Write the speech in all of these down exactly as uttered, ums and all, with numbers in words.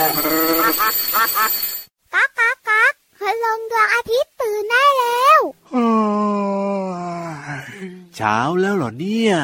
ก๊ากก๊ากก๊ากคืนลงดวงอาทิตย์ตื่นได้แล้วเช้าแล้วเหรอเนี่ย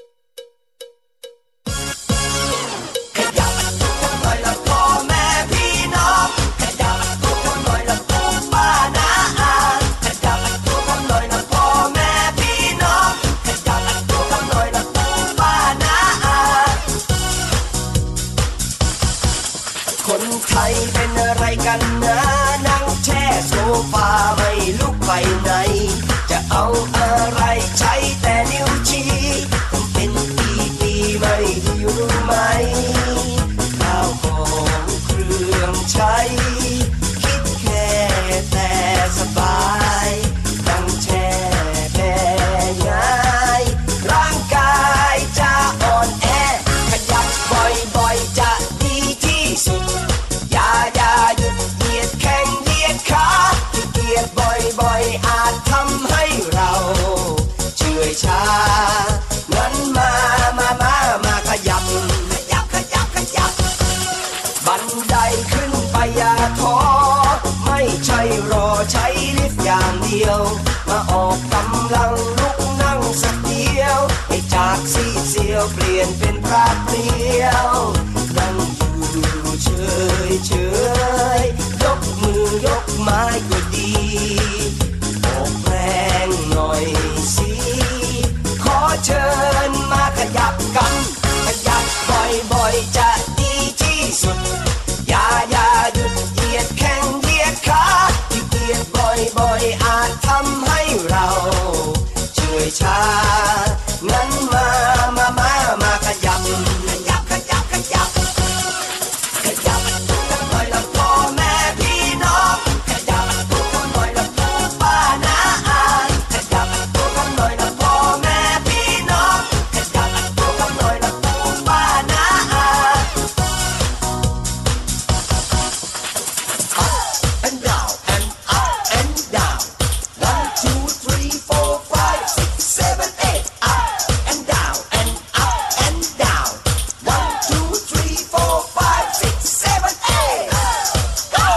เป็นอะไรกันนะนั่งแช่โซฟาไม่ลุกไปไหนจะเอาอะไรใช้แต่นิ้วชี้เป็นปีปีไม่รู้ไหมข้าวของเครื่องใช้คิดแค่แต่สบายนั่งแช่แค่ง่ายร่างกายจะอ่อนแอขยับบ่อยๆจะดีที่สุดอย่าอย่าหยุดเหยียดแข้งเหยียดขาขี้เกียจบ่อยๆอาจทำให้เราเฉื่อยชางั้นมามามามาขยับขยับขยับขยับบันไดขึ้นไปอย่าท้อไม่ใช่รอใช้ลิฟต์อย่างเดียวมาออกกำลังลุกนั่งสักเดียวให้จากซีดเซียวเปลี่ยนเป็นพระเปรี้ยวนั่งอยู่เฉยเฉยยกมือยกไม้ก็ดีออกแรงหน่อยสิขอเชิญมาขยับกันขยับบ่อยๆจะดีที่สุดอย่าอย่าหยุดเหยียดแข้งเหยียดขาที่เกียจบ่อยๆอาจทำให้เราเฉื่อยชางั้นมามามามาขยับขยับขยับขยับขยับกันหน่อยละพ่อแม่พี่น้องขยับตัวกันหน่อยละปู่ป้าน้าอาขยับตัวกันหน่อยละพ่อแม่พี่น้องขยับตัวกันหน่อยละปู่ป้าน้าอา Up and down and up and down one two three four five six seven eight up and down and up and down one two three four five six seven eight go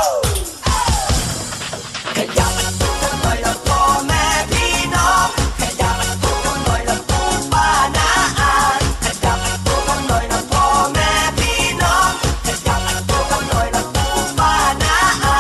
ขยับตัวกันหน่อยละพ่อแม่พี่น้องขยับตัวกันหน่อยละปู่ป้าน้าอาขยับตัวกันหน่อยละพ่อแม่พี่น้องขยับตัวกันหน่อยละปู่ป้าน้าอา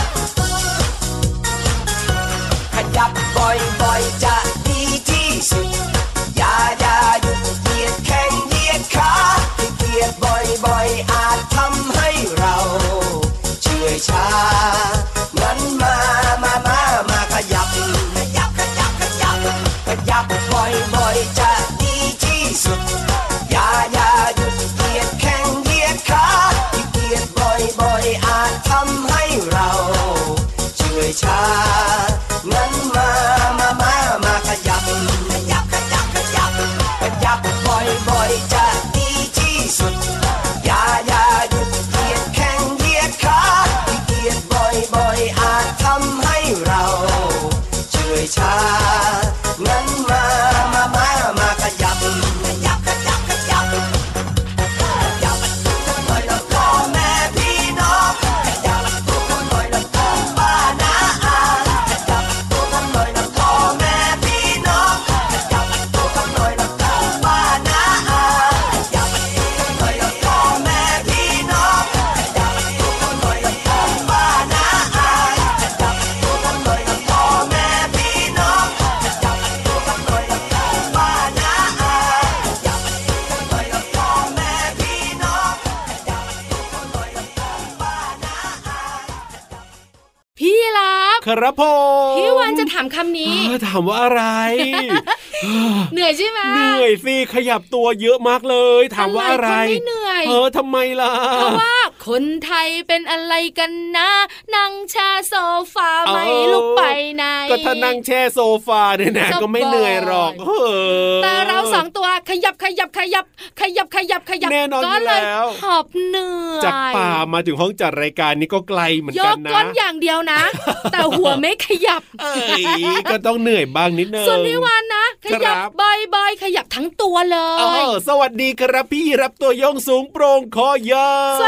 ขยับบ่อยๆจะดีที่สุดอย่าอย่าหยุดเหยียดแข้งเหยียดขาที่เกียจบ่อยๆอาจทำให้เราเฉื่อยชางั้นมามามามาขยับขยับขยับขยับขยับบ่อยๆจะดีที่สุดอย่าอย่าหยุดเหยียดแข้งเหยียดขาที่เกียจบ่อยๆอาจทำให้เราเฉื่อยชางั้นมามามามาขยับขยับขยับขยับขยับบ่อยๆจะดีที่สุดอย่าอย่าหยุดเหยียดแข้งเหยียดขาที่เกียจบ่อยๆอาจทำให้เราเฉื่อยชางั้นมามามามาขยับขยับขยับขยับขยับตัวกันหน่อยละพ่อแม่พี่น้องขยับตัวกันหน่อยละปู่ป้าน้าอาขยับตัวกันหน่อยละพ่อแม่พี่น้องขยับตัวกันหน่อยละปู่ป้าน้าอาขยับตัวกันหน่อยละพ่อแม่พี่น้องขยับตัวกันหน่อยละปู่ป้าน้าอาขยับตัวกันหน่อยละพ่อแม่พี่น้องขยับตัวกันหน่อยละปู่ป้าน้าอาขยับตัวกันหน่อยละพ่อแม่พี่น้องขยับตัวกันหน่อยละปู่ป้าน้าอาพี่รับครับผมพี่วันจะถามคำนี้เออถามว่าอะไรเหนื่อยใช่ไหมเหนื่อยสิขยับตัวเยอะมากเลยถามว่าอะไรไม่เหนื่อยเออทำไมล่ะเพราะว่าคนไทยเป็นอะไรกันนะนั่งแช่โซฟาไม่ลุกไปไหนก็ถ้านั่งแช่โซฟาเนี่ยนะก็ไม่เหนื่อยหรอกแต่เราสองตัวขยับขยับขยับขยับขยับขยับก็เลยหอบเหนื่อยจากป่ามาถึงห้องจัดรายการนี้ก็ไกลเหมือนกันนะยกก้นอย่างเดียวนะแต่หัวไม่ขยับเอ้ยก็ต้องเหนื่อยบ้างนิดนึงส่วนพี่วันนะขยับบ่อยๆขยับทั้งตัวเลยสวัสดีครับพี่รับตัวโยงสูงโปร่งคอยาวสวัสดีค่ะ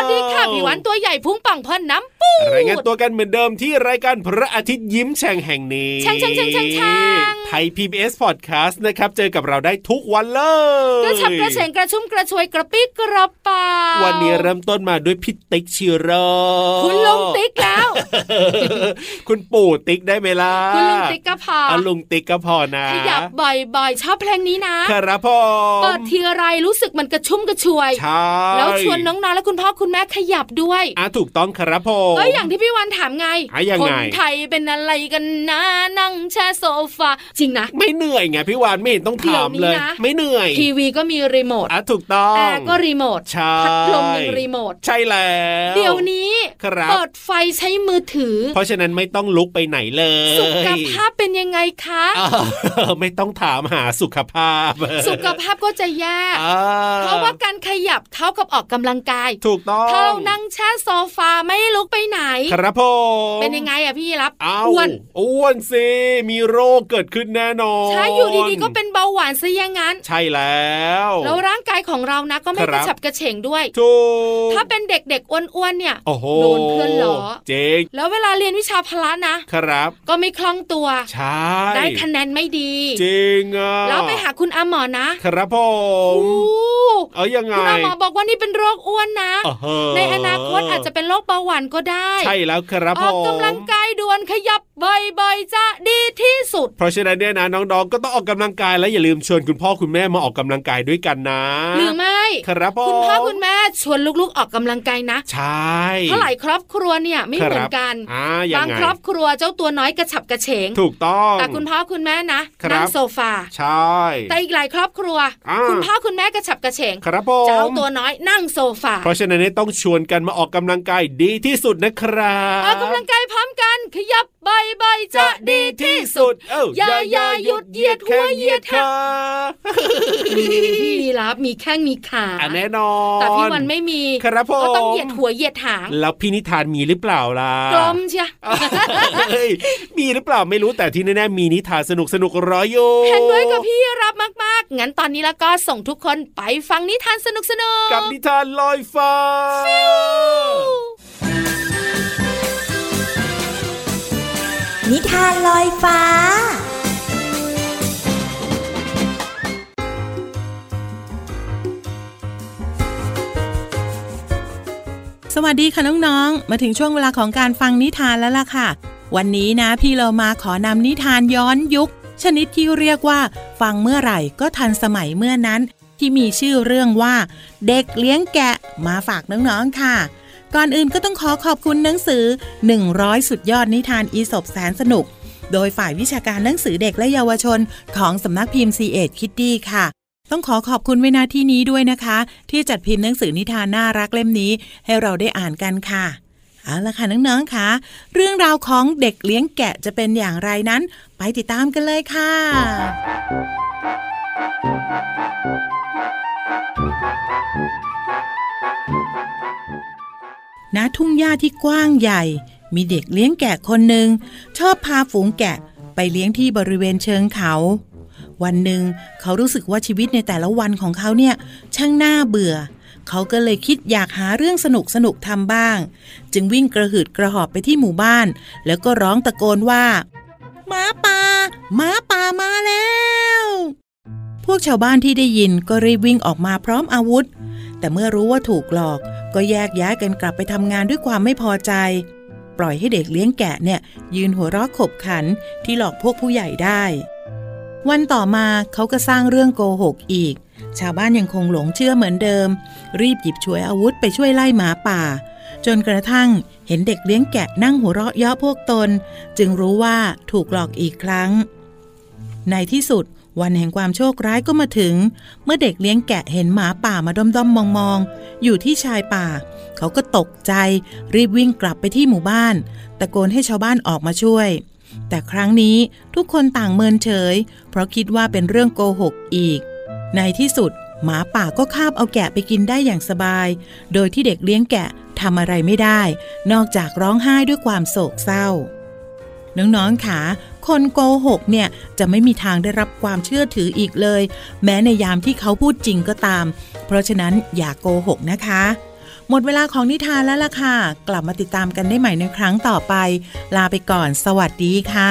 พี่วันตัวใหญ่พุงป่องพอน้ำปูรายงานตัวกันเหมือนเดิมที่รายการพระอาทิตย์ยิ้มแฉ่งแห่งนี้ช่างช่างช่างช่างช่างไทย พี บี เอส Podcast นะครับเจอกับเราได้ทุกวันเลยกระฉับกระเฉงกระชุ่มกระชวยกระปี้กระเป๋าวันนี้เริ่มต้นมาด้วยพี่ติ๊กชิโร่คุณลุงติ๊กแล้วคุณปู่ติ๊กได้ไหมล่ะคุณลุงติ๊กก็พออ่ะลุงติ๊กก็พอนะขยับบ่อยๆชอบเพลงนี้นะครับผมเปิดทีไรรู้สึกมันกระชุ่มกระชวยใช่แล้วชวนน้องๆและคุณพ่อคุณแม่ขยับด้วยอ่ะถูกต้องครับผมก็อย่างที่พี่วันถามไงคนไทยเป็นอะไรกันนะนั่งแช่โซฟาจริงนะไม่เหนื่อยไงพี่วันไม่เห็นต้องถามเลยไม่เหนื่อยทีวีก็มีรีโมทอ่ะถูกต้องแอร์ก็รีโมทพัดลมยังรีโมทใช่แล้วเดี๋ยวนี้เปิดไฟใช้มือถือเพราะฉะนั้นไม่ต้องลุกไปไหนเลยสุขภาพเป็นยังไงคะไม่ต้องถามหาสุขภาพสุขภาพก็จะแย่เพราะว่าการขยับเท่ากับออกกำลังกายถูกต้องถ้าเรานั่งแช่โซฟาไม่ลุกไปไหนครับผมเป็นยังไงอะพี่รับอ้วนอ้วนสิมีโรคเกิดขึ้นแน่นอนใช่อยู่ดีๆก็เป็นเบาหวานซะอย่างนั้นใช่แล้วแล้วร่างกายของเรานะก็ไม่กระฉับกระเฉงด้วยถูกถ้าเป็นเด็กๆอ้วนๆเนี่ยโดนเพื่อนล้อเจ๊งแล้วเวลาเรียนวิชาพละนะครับก็ไม่คล่องตัวใช่ได้คะแนนไม่ดีจริงอ่ะแล้วไปหาคุณอาหมอนะครับผมเอ้ยยังไงคุณอาหมอบอกว่านี่เป็นโรคอ้วนนะในอนาคตอาจจะเป็นโรคเบาหวานก็ได้ใช่แล้วครับผมออกกำลังกายด่วนขยับบ่อยๆจะดีที่สุดเพราะฉะนั้นเนี่ยนะน้องๆก็ต้องออกกำลังกายและอย่าลืมชวนคุณพ่อคุณแม่มาออกกำลังกายด้วยกันนะหรือไม่ครับผมคุณพ่อคุณแม่ชวนลูกๆออกกำลังกายนะใช่เพราะหลายครอบครัวเนี่ยไม่เหมือนกันบางครอบครัวเจ้าตัวน้อยกระฉับกระเฉงถูกต้องแต่คุณพ่อคุณแม่นะนั่งโซฟาใช่แต่อีกหลายครอบครัวคุณพ่อคุณแม่กระฉับกระเฉงเจ้าตัวน้อยนั่งโซฟาเพราะฉะนั้นต้องชวนกันมาออกกำลังกายดีที่สุดนะครับออกกำลังกายพร้อมกันขยับบ่อยๆจะดีที่สุดอย่าอย่าหยุดเหยียดหัวเหยียดขาพี่รับมีแข้งมีขาแน่นอนแต่พี่วันไม่มีก็ต้องเหยียดหัวเหยียดหางแล้วพี่นิทานมีหรือเปล่าล่ะกลมเชียมีหรือเปล่าไม่รู้แต่ที่แน่ๆมีนิทานสนุกสนุกรออยู่เห็นด้วยกับพี่รับมากๆงั้นตอนนี้แล้วก็ส่งทุกคนไปฟังนิทานสนุกสนุกกับนิทานลอยฟ้านิทานลอยฟ้าสวัสดีค่ะน้องๆมาถึงช่วงเวลาของการฟังนิทานแล้วล่ะค่ะวันนี้นะพี่เรามาขอนำนิทานย้อนยุคชนิดที่เรียกว่าฟังเมื่อไหร่ก็ทันสมัยเมื่อนั้นที่มีชื่อเรื่องว่าเด็กเลี้ยงแกะมาฝากน้องๆค่ะก่อนอื่นก็ต้องขอขอบคุณหนังสือหนึ่งร้อยสุดยอดนิทานอีสปแสนสนุกโดยฝ่ายวิชาการหนังสือเด็กและเยาวชนของสำนักพิมพ์ ซี เอ็ด Kiddie ค่ะต้องขอขอบคุณไว้ณที่นี้ด้วยนะคะที่จัดพิมพ์หนังสือนิทานน่ารักเล่มนี้ให้เราได้อ่านกันค่ะเอาล่ะค่ะน้องๆค่ะเรื่องราวของเด็กเลี้ยงแกะจะเป็นอย่างไรนั้นไปติดตามกันเลยค่ะณ ทุ่งหญ้าที่กว้างใหญ่มีเด็กเลี้ยงแกะคนหนึ่งชอบพาฝูงแกะไปเลี้ยงที่บริเวณเชิงเขาวันหนึ่งเขารู้สึกว่าชีวิตในแต่ละวันของเขาเนี่ยช่างน่าเบื่อเขาก็เลยคิดอยากหาเรื่องสนุกสนุกทำบ้างจึงวิ่งกระหืดกระหอบไปที่หมู่บ้านแล้วก็ร้องตะโกนว่าหมาป่าหมาป่ามาแล้วพวกชาวบ้านที่ได้ยินก็รีบวิ่งออกมาพร้อมอาวุธแต่เมื่อรู้ว่าถูกหลอกก็แยกย้ายกันกลับไปทำงานด้วยความไม่พอใจปล่อยให้เด็กเลี้ยงแกะเนี่ยยืนหัวเราะขบขันที่หลอกพวกผู้ใหญ่ได้วันต่อมาเขาก็สร้างเรื่องโกหกอีกชาวบ้านยังคงหลงเชื่อเหมือนเดิมรีบหยิบฉวยอาวุธไปช่วยไล่หมาป่าจนกระทั่งเห็นเด็กเลี้ยงแกะนั่งหัวเราะเยาะพวกตนจึงรู้ว่าถูกหลอกอีกครั้งในที่สุดวันแห่งความโชคร้ายก็มาถึงเมื่อเด็กเลี้ยงแกะเห็นหมาป่ามาด้อมๆมองๆอยู่ที่ชายป่าเขาก็ตกใจรีบวิ่งกลับไปที่หมู่บ้านตะโกนให้ชาวบ้านออกมาช่วยแต่ครั้งนี้ทุกคนต่างเมินเฉยเพราะคิดว่าเป็นเรื่องโกหกอีกในที่สุดหมาป่าก็คาบเอาแกะไปกินได้อย่างสบายโดยที่เด็กเลี้ยงแกะทำอะไรไม่ได้นอกจากร้องไห้ด้วยความโศกเศร้าน้องๆค่ะคนโกหกเนี่ยจะไม่มีทางได้รับความเชื่อถืออีกเลยแม้ในยามที่เขาพูดจริงก็ตามเพราะฉะนั้นอย่าโกหกนะคะหมดเวลาของนิทานแล้วล่ะค่ะกลับมาติดตามกันได้ใหม่ในครั้งต่อไปลาไปก่อนสวัสดีค่ะ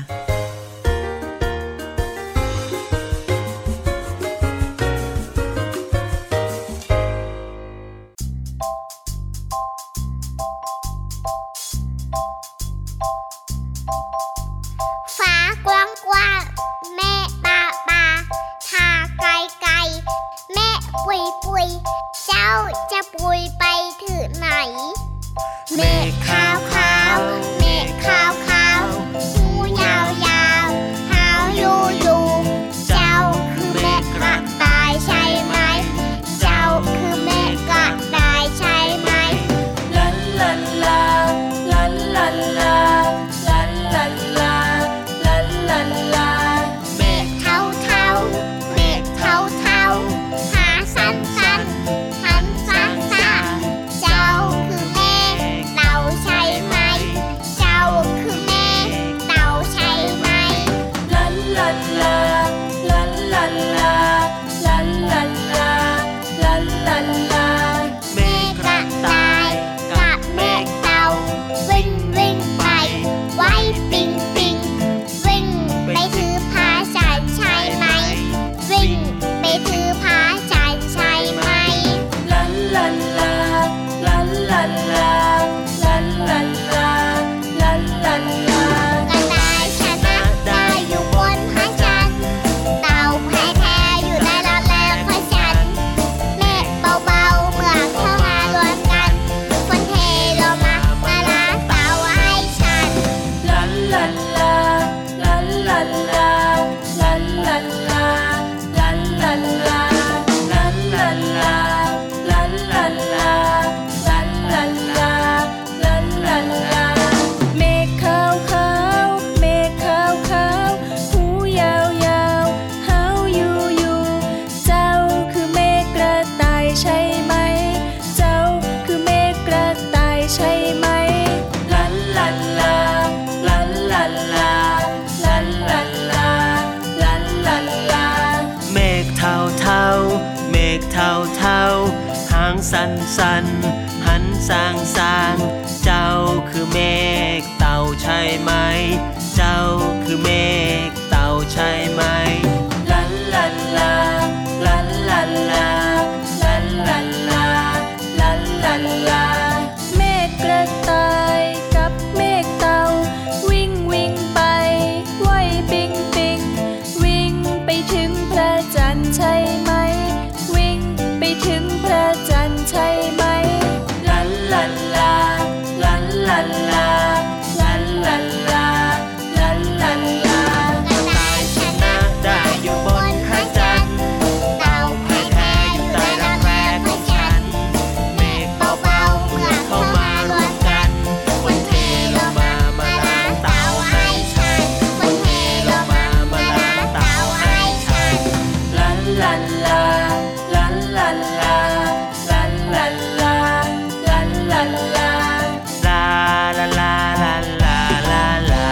ฟ้ากว้างกว้างแม่ปาปาทาไกลไกลแม่ปุยปุยเจ้าจะปุยไปถึงไหนเมฆขาวขาวเมฆขาวขาวหูยาวยาวหาวยูยูเจ้าคือแม่กระต่ายใช่ไหมเจ้าคือแม่กระต่ายใช่ไหมลันลันลาลันลันลาลันลันลาลันลันลาเมฆเทาเทาเมฆเทาเทาหาสันสันหันซาซาเจ้าคือแม่เต่าใช่ไหมเจ้าคือแม่เต่าใช่ไหมลันลันลาลันลันลาลันลันลาลันลันลาเมฆกระต่ายกับเมฆเต่าวิ่งวิ่งไปไว้ปิงปิงวิ่งไปถือพาฉันใช่ไหมวิ่งไปถือพาฉันใช่ไหมลันลันลาลันลันลาลันลันลาลันลันลากระต่ายชนะได้อยู่บนพระจันทร์เต่าแพ้แพ้อยู่ในละแลพระจันทร์เมฆเบาๆเมื่อเข้ามารวมกันฝนเทลงมามาล้างเต่าให้ฉันลันลันลาลันลันลาลันลันลาลันลันลาลันลันลาลันลันลาลันลันลาลันลันลาเมฆขาวขาวเมฆขาวขาวหูยาวยาวหาวยูยูเจ้าคือเมฆกระต่ายใช่ไหมเจ้าคือเมฆกระต่ายใช่ไหมลันลันลาลันลันลาลันลันลาลันลันลาเมฆเทาเทาเมฆเทาเทาหางสันสันหันสางสางเจ้าคือเมฆเต่าใช่ไหมเจ้าคือเมฆเต่าใช่ไหมลันลันลาลันลันลาลันลันลาลันลันลาเมฆกระต่ายกับเมฆเต่าวิ่งวิ่งไปไว้ปิงปิงวิ่งไปถึงพระจันทร์ใช่ไหมวิ่งไปถึงพระจันทร์ใช่ไหมลันลันลาลันลันลาลันลันลาลันลันลากระต่ายชนะได้อยู่บนพระจันทร์เต่าแพ้แพ้อยู่ใต้รักแร้พระจันทร์เมฆเบาๆเมื่อเข้ามารวมกันฝนเทลงมามาล้างเต่าให้ฉันฝนเทลงมามาล้างเต่าให้ฉันลันลันลาลันลันลาลันลันลาลันลันลาลาลาลาลาลาลาลา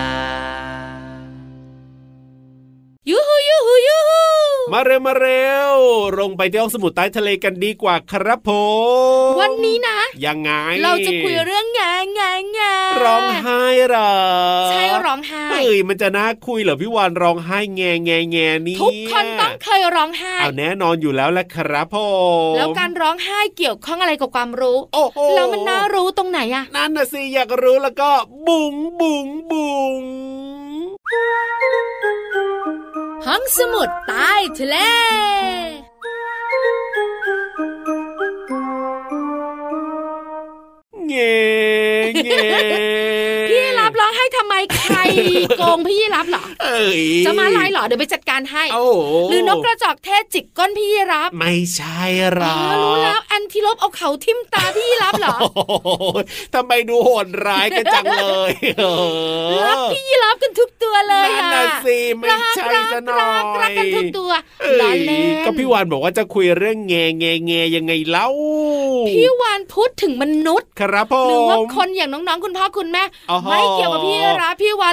ยูฮูยูฮูยูฮูมาเร็วมาเร็วลงไปที่ห้องสมุดใต้ทะเลกันดีกว่าครับผมวันนี้นะยังไงเราจะคุยเรื่องแง่แง่แง่ร้องไห้เหรอใช่ร้องไห้เฮ้ยมันจะน่าคุยเหรอพี่วานร้องไห้แง่แง่แง่นี่ทุกคนต้องเคยร้องไห้เอาแน่นอนอยู่แล้วแหละครับผมแล้วการร้องไห้เกี่ยวข้องอะไรกับความรู้โอ้โหแล้วมันน่ารู้ตรงไหนอะนั่นน่ะสิอยากรู้แล้วก็บุ๋งบุ๋งบุ๋งห้องสมุดใต้ทะเลเง่เง่พี่รับร้องให้ทำไมใครโกงพี่รับเหรอเอ้ยจะมาไล่เหรอเดี๋ยวไปจัดการให้หรือนกกระจอกเทศจิกก้นพี่รับไม่ใช่หรอรู้แล้วแอนทิโลปเอาเขาทิ่มตาพี่รับเหรอทำไมดูโหดร้ายกันจังเลยรักพี่รับกันทุกตัวเลยอ่ะนั่นน่ะสิไม่ใช่ซะหน่อยรักกันทุกตัวล้อเล่นก็พี่วานบอกว่าจะคุยเรื่องแง่แง่แง่ยังไงเล่าพี่วานพูดถึงมนุษย์ครับผมหรือว่าคนอย่างน้องๆคุณพ่อคุณแม่ไม่เกี่ยวกับพี่รับพี่วาน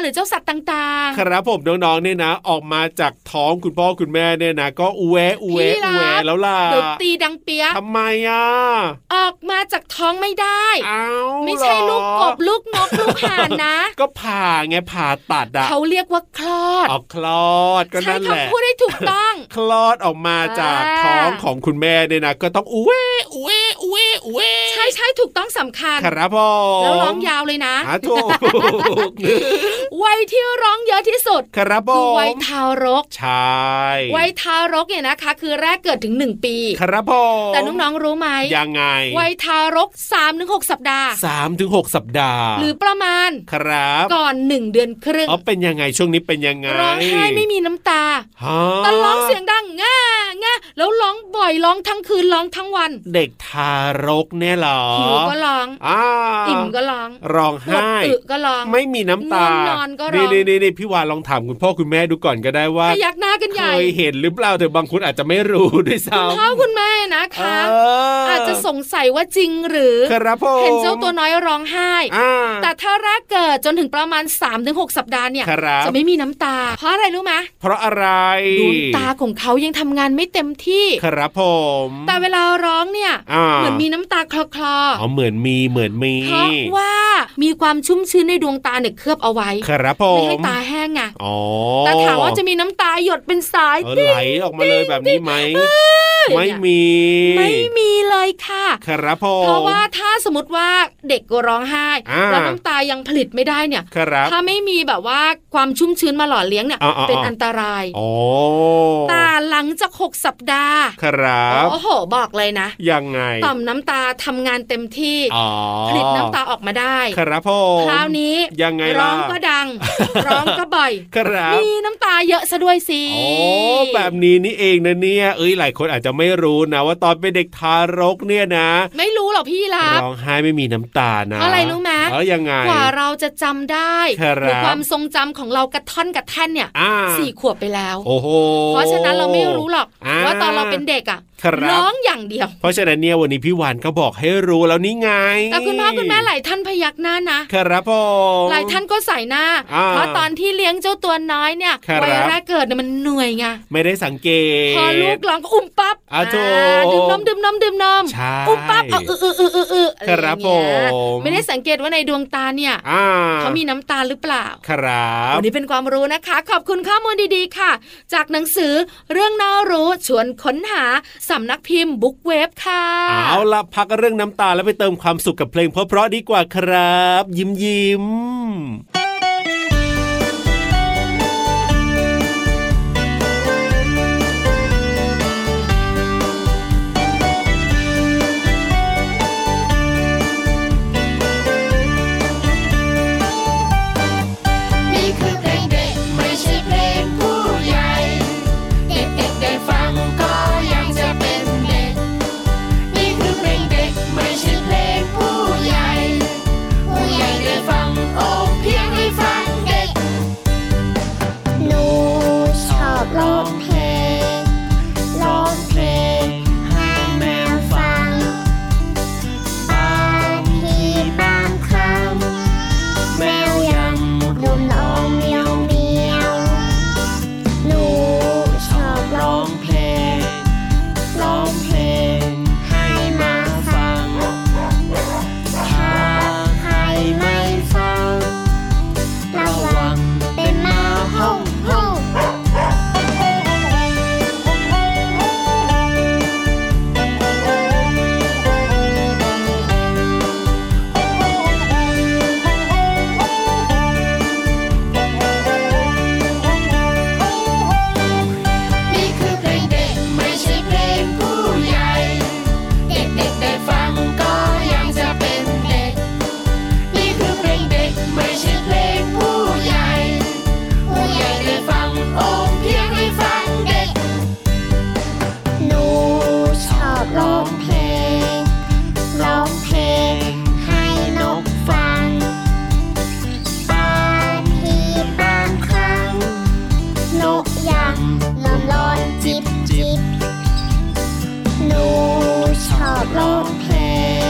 รือเจ้าสัตว์ต่างๆครับผมน้องๆเนี่ยนะออกมาจากท้องคุณพ่อคุณแม่เนี่ยนะก็อุแวะอุแวะอุแวะแล้วล่ะเดี๋ยวตีดังเปียทำไมอ่ะออกมาจากท้องไม่ได้อ้าวไม่ใช่ลูกกบลูกนกลูกห่านนะก็ผ่าไงผ่าตัดอะเขาเรียกว่าคลอดออกคลอดก็นั่นแหละใช่คำพูดได้ถูกต้องคลอดออกมาจากท้องของคุณแม่เนี่ยนะก็ต้องอุแวะอุแวะอุแวะอุแวะใช่ใช่ถูกต้องสำคัญครับพ่อแล้วร้องยาวเลยนะถูกวัยที่ร้องเยอะที่สุดครับพ่อคือวัยทารกใช่วัยทารกเนี่ยนะคะคือแรกเกิดถึงหนึ่งปีครับพ่อแต่น้องๆรู้ไหมยังไงวัยทารก สามถึงหก สัปดาห์สามถึงหก สัปดาห์หรือประมาณครับก่อนหนึ่งเดือนครึ่งอ๋อเป็นยังไงช่วงนี้เป็นยังไงร้องไห้ไม่มีน้ำตาแต่ร้องเสียงดังง่าง่าแล้วร้องบ่อยร้องทั้งคืนร้องทั้งวันเด็กทารกเนี่ยหรอหิวก็ร้องอิ่มก็ร้องร้องไห้อึก็ร้องไม่มีน้ำตานอนก็ร้องนี่นี่นี่พี่วานลองถามคุณพ่อคุณแม่ดูก่อนก็ได้ว่าพยักหน้ากันใหญ่เคยเห็นหรือเปล่าแต่บางคนอาจจะไม่รู้ด้วยซ้ำคุณพ่อคุณแม่นะคะอาจจะสงสัยว่าจริงหรือเห็นเจ้าตัวน้อยร้องไห้แต่ถ้าแรกเกิดจนถึงประมาณ สามถึงหก สัปดาห์เนี่ยจะไม่มีน้ำตาเพราะอะไรรู้ไหมเพราะอะไรดวงตาของเขายังทำงานไม่เต็มที่ครับผมแต่เวลาร้องเนี่ยเหมือนมีน้ำตาคลอคลออ๋อเหมือนมีเหมือนมีเพราะว่ามีความชุ่มชื้นในดวงตาเนี่ยเคลือบเอาไว้ครับผมไม่ให้ตาแห้งไงอ๋อแต่ถามว่าจะมีน้ำตาหยดเป็นสายไหลออกมาเลยแบบนี้ไหมไม่มีไม่มีเลยค่ะครับผมเพราะว่าถ้าสมมติว่าเด็กก็ร้องไห้แล้วน้ำตายังผลิตไม่ได้เนี่ยถ้าไม่มีแบบว่าความชุ่มชื้นมาหล่อเลี้ยงเนี่ยเป็นอันตรายแต่หลังจากหกสัปดาห์ครับโอ้โหบอกเลยนะยังไงต่อมน้ำตาทำงานเต็มที่ผลิตน้ำตาออกมาได้ครับผมคราวนี้ยังไงร้องก็ดังร้องก็บ่อยมีน้ำตาเยอะซะด้วยสิโอ้แบบนี้นี่เองนะเนี่ยเอ้ยหลายคนอาจจะไม่รู้นะว่าตอนเป็นเด็กทารกเนี่ยนะไม่รู้หรอกพี่ล่ะร้องไห้ไม่มีน้ำตานะอะไรรู้ไหมเออยังไงกว่าเราจะจำได้หรือความทรงจำของเรากระท่อนกระแท่นเนี่ยสี่ขวบไปแล้วโอ้โหเพราะฉะนั้นเราไม่รู้หรอกว่าตอนเราเป็นเด็กอ่ะร้องอย่างเดียวเพราะฉะนั้นเนี่ยวันนี้พี่วานก็บอกให้รู้แล้วนี่ไงแต่คุณพ่อคุณแม่หลายท่านพยักหน้านะครับผมหลายท่านก็ใส่หน้าเพราะตอนที่เลี้ยงเจ้าตัวน้อยเนี่ยวัยแรกเกิดเนี่ยมันเหนื่อยไงไม่ได้สังเกตพอลูกร้องก็อุ้มปั๊บดื่มนมดื่มนมดื่มนมอุ้มปั๊บเอาเออเออเออเออเออครับผมไม่ได้สังเกตว่าในดวงตาเนี่ยเขามีน้ำตาหรือเปล่าครับวันนี้เป็นความรู้นะคะขอบคุณข้อมูลดีๆค่ะจากหนังสือเรื่องน่ารู้ชวนค้นหาสำนักพิมพ์บุ๊กเวฟค่ะเอาล่ะพักเรื่องน้ำตาแล้วไปเติมความสุขกับเพลงเพราะๆดีกว่าครับยิ้มยิ้ม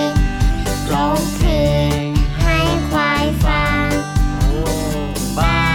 ร้องเพลงให้ควายฟังบ้า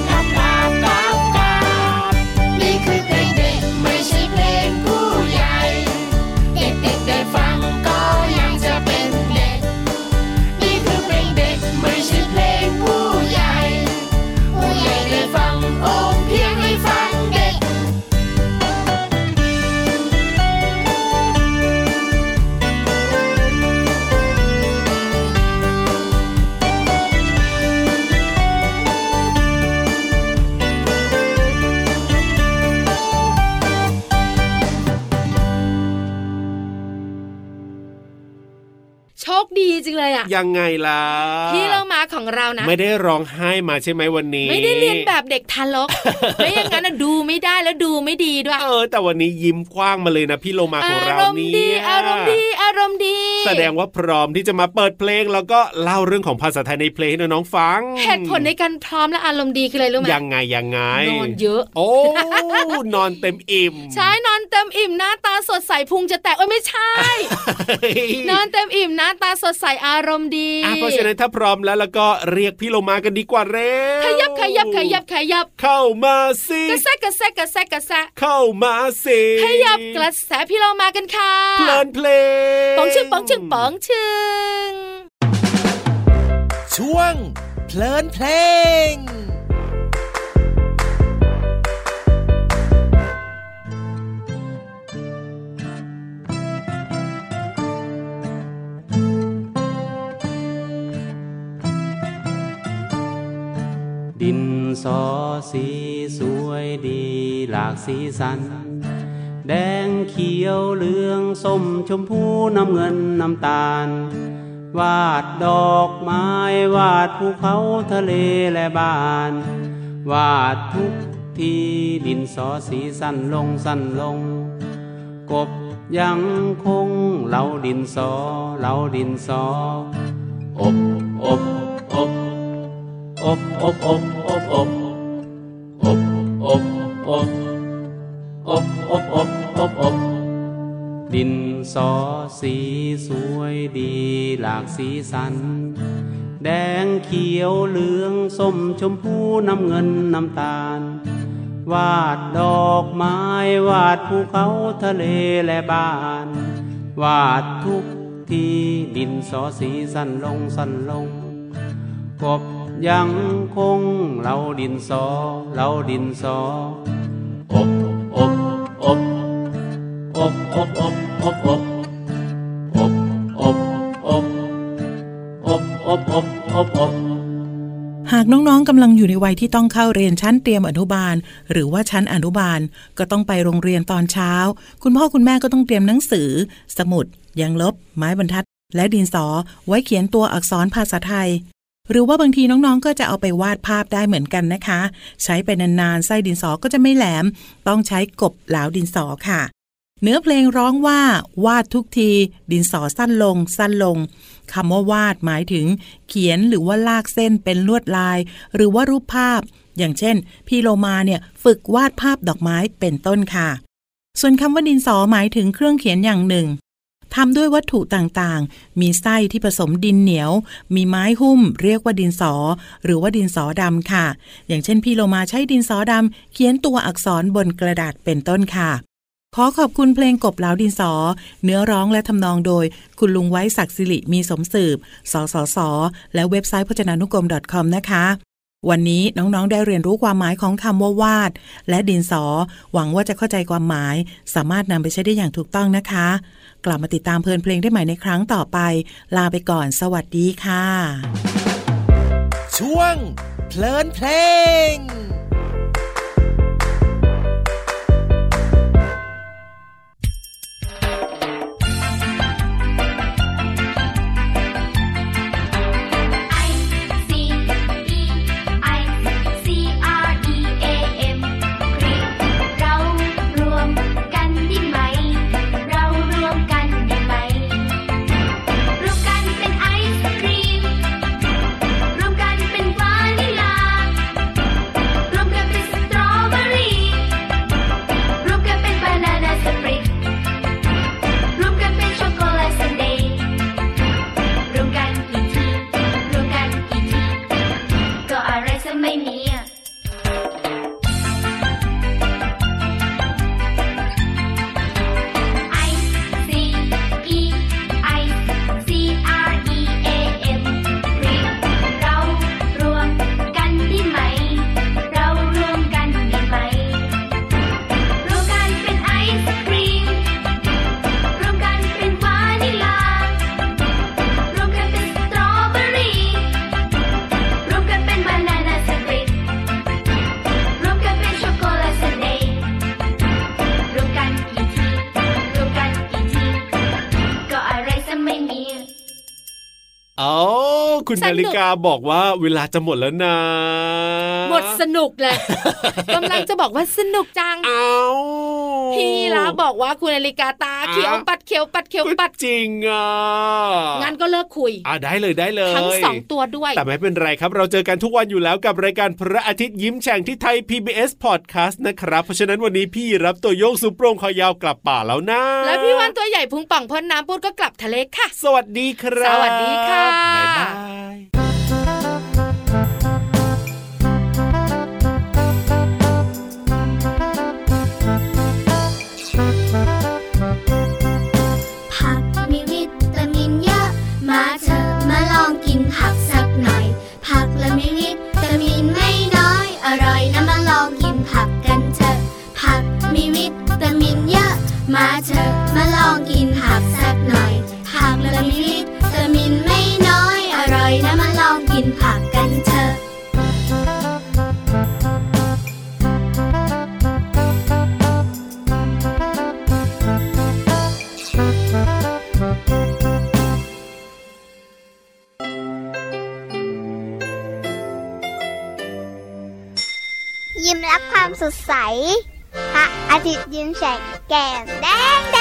กับกราบกราบกราบนี่คือเพลงเด็กไม่ใช่เพลงผู้ใหญ่เด็กๆได้ฟังก็ยังจะเป็นเด็กนี่คือเพลงเด็กไม่ใช่เพลงผู้ใหญ่ผู้ใหญ่ได้ฟังโอมเพียงให้ฟังเด็กโชคดีจริงเลยอ่ะยังไงล่ะพี่เรามาของเรานะไม่ได้ร้องไห้มาใช่ไหมวันนี้ไม่ได้เรียนแบบเด็กทารก ไม่อย่างนั้นนะดูไม่ได้แล้วดูไม่ดีด้วยเออแต่วันนี้ยิ้มกว้างมาเลยนะพี่โลมาของเรานี่อารมณ์ดีอารมณ์ดีแสดงว่าพร้อมที่จะมาเปิดเพลงแล้วก็เล่าเรื่องของภาษาไทยในเพลงให้น้องๆฟังเหตุผลในการพร้อมและอารมณ์ดีคืออะไรรู้ไหมยังไงยังไงนอนเยอะโอ้นอนเต็มอิ่มใช่นอนเต็มอิ่มหน้าตาสดใสพุงจะแตกโอ้ยไม่ใช่ นอนเต็มอิ่มหน้าตาสดใสอารมณ์ดีเพราะฉะนั้นถ้าพร้อมแล้วแล้วก็เรียกพี่โลมากันดีกว่าเร็วขยับขยับขยับขยับเข้ามาสิกระแซะกระแซะกระแซะกระแซะเข้ามาสิขยับกระแสพี่โลมากันค่ะเพลินเพลงป๋องชึงป๋องชึงป๋องชึงช่วงเพลินเพลงดินสอสีสวยดีหลากสีสันแดงเขียวเหลืองส้มชมพูน้ำเงินน้ำตาลวาดดอกไม้วาดภูเขาทะเลและบ้านวาดทุกทีดินสอสีสั้นลงสั้นลงกบยังคงเหลาดินสอเหลาดินสออบอบอบอบอบอบอบอบอบอบอบอบอบอบอบอบดินสอสีสวยดีหลากสีสันแดงเขียวเหลืองส้มชมพูน้ำเงินน้ำตาลวาดดอกไม้วาดภูเขาทะเลและบ้านวาดทุกทีดินสอสีสั้นลงสั้นลงกบยังคงเหลาดินสอเหลาดินสออบอบอบอบอบอบอบอบอบอบอบอบอบอบอบอบหากน้องๆกำลังอยู่ในวัยที่ต้องเข้าเรียนชั้นเตรียมอนุบาลหรือว่าชั้นอนุบาลก็ต้องไปโรงเรียนตอนเช้าคุณพ่อคุณแม่ก็ต้องเตรียมหนังสือสมุดยางลบไม้บรรทัดและดินสอไว้เขียนตัวอักษรภาษาไทยหรือว่าบางทีน้องๆก็จะเอาไปวาดภาพได้เหมือนกันนะคะใช้ไปนานๆไส้ดินสอก็จะไม่แหลมต้องใช้กบเหลาดินสอค่ะเนื้อเพลงร้องว่าวาดทุกทีดินสอสั้นลงสั้นลงคำว่าวาดหมายถึงเขียนหรือว่าลากเส้นเป็นลวดลายหรือว่ารูปภาพอย่างเช่นพี่โลมาเนี่ยฝึกวาดภาพดอกไม้เป็นต้นค่ะส่วนคำว่าดินสอหมายถึงเครื่องเขียนอย่างหนึ่งทำด้วยวัตถุต่างๆมีไส้ที่ผสมดินเหนียวมีไม้หุ้มเรียกว่าดินสอหรือว่าดินสอดำค่ะอย่างเช่นพี่โลมาใช้ดินสอดำเขียนตัวอักษรบนกระดาษเป็นต้นค่ะขอขอบคุณเพลงกบเหลาดินสอเนื้อร้องและทำนองโดยคุณลุงไว้ศักดิ์สิริมีสมสืบสสสและเว็บไซต์พจนานุกรม .com นะคะวันนี้น้องๆได้เรียนรู้ความหมายของคำว่าวาดและดินสอหวังว่าจะเข้าใจความหมายสามารถนำไปใช้ได้อย่างถูกต้องนะคะกลับมาติดตามเพลินเพลงได้ใหม่ในครั้งต่อไปลาไปก่อนสวัสดีค่ะช่วงเพลินเพลงรคุณนาฬิกาบอกว่าเวลาจะหมดแล้วนะหมดสนุกเลย กำลังจะบอกว่าสนุกจังเอาพี่ละบอกว่าคุณนาฬิกาตาเขียวปัดเขียวปัดเขียวปัดจริงอ่ะงั้นก็เลิกคุยอ่ะได้เลยได้เลยทั้งสองตัวด้วยแต่ไม่เป็นไรครับเราเจอกันทุกวันอยู่แล้วกับรายการพระอาทิตย์ยิ้มแฉ่งที่ไทย พี บี เอส Podcast นะครับเพราะฉะนั้นวันนี้พี่รับตัวโยงสูงโปร่งคอยาวกลับป่าแล้วนะแล้วพี่วันตัวใหญ่พุงป่องพ่นน้ำพูดก็กลับทะเลค่ะสวัสดีครับสวัสดีค่ะบ๊ายบายผักมีวิตามินเยอะมาเถอะมาลองกินผักสักหน่อยผักและมีวิตามินไม่น้อยอร่อยนะมาลองกินผักกันเถอะผักมีวิตามินเยอะมาเถอะมาลองกินผักสักหน่อยผักและมีวิตามินไม่น้อยอร่อยนะมาลองกินผักกันเถอะยิ้มรับความสดใสพระอาทิตย์ยิ้มแฉกแก้มแดงแด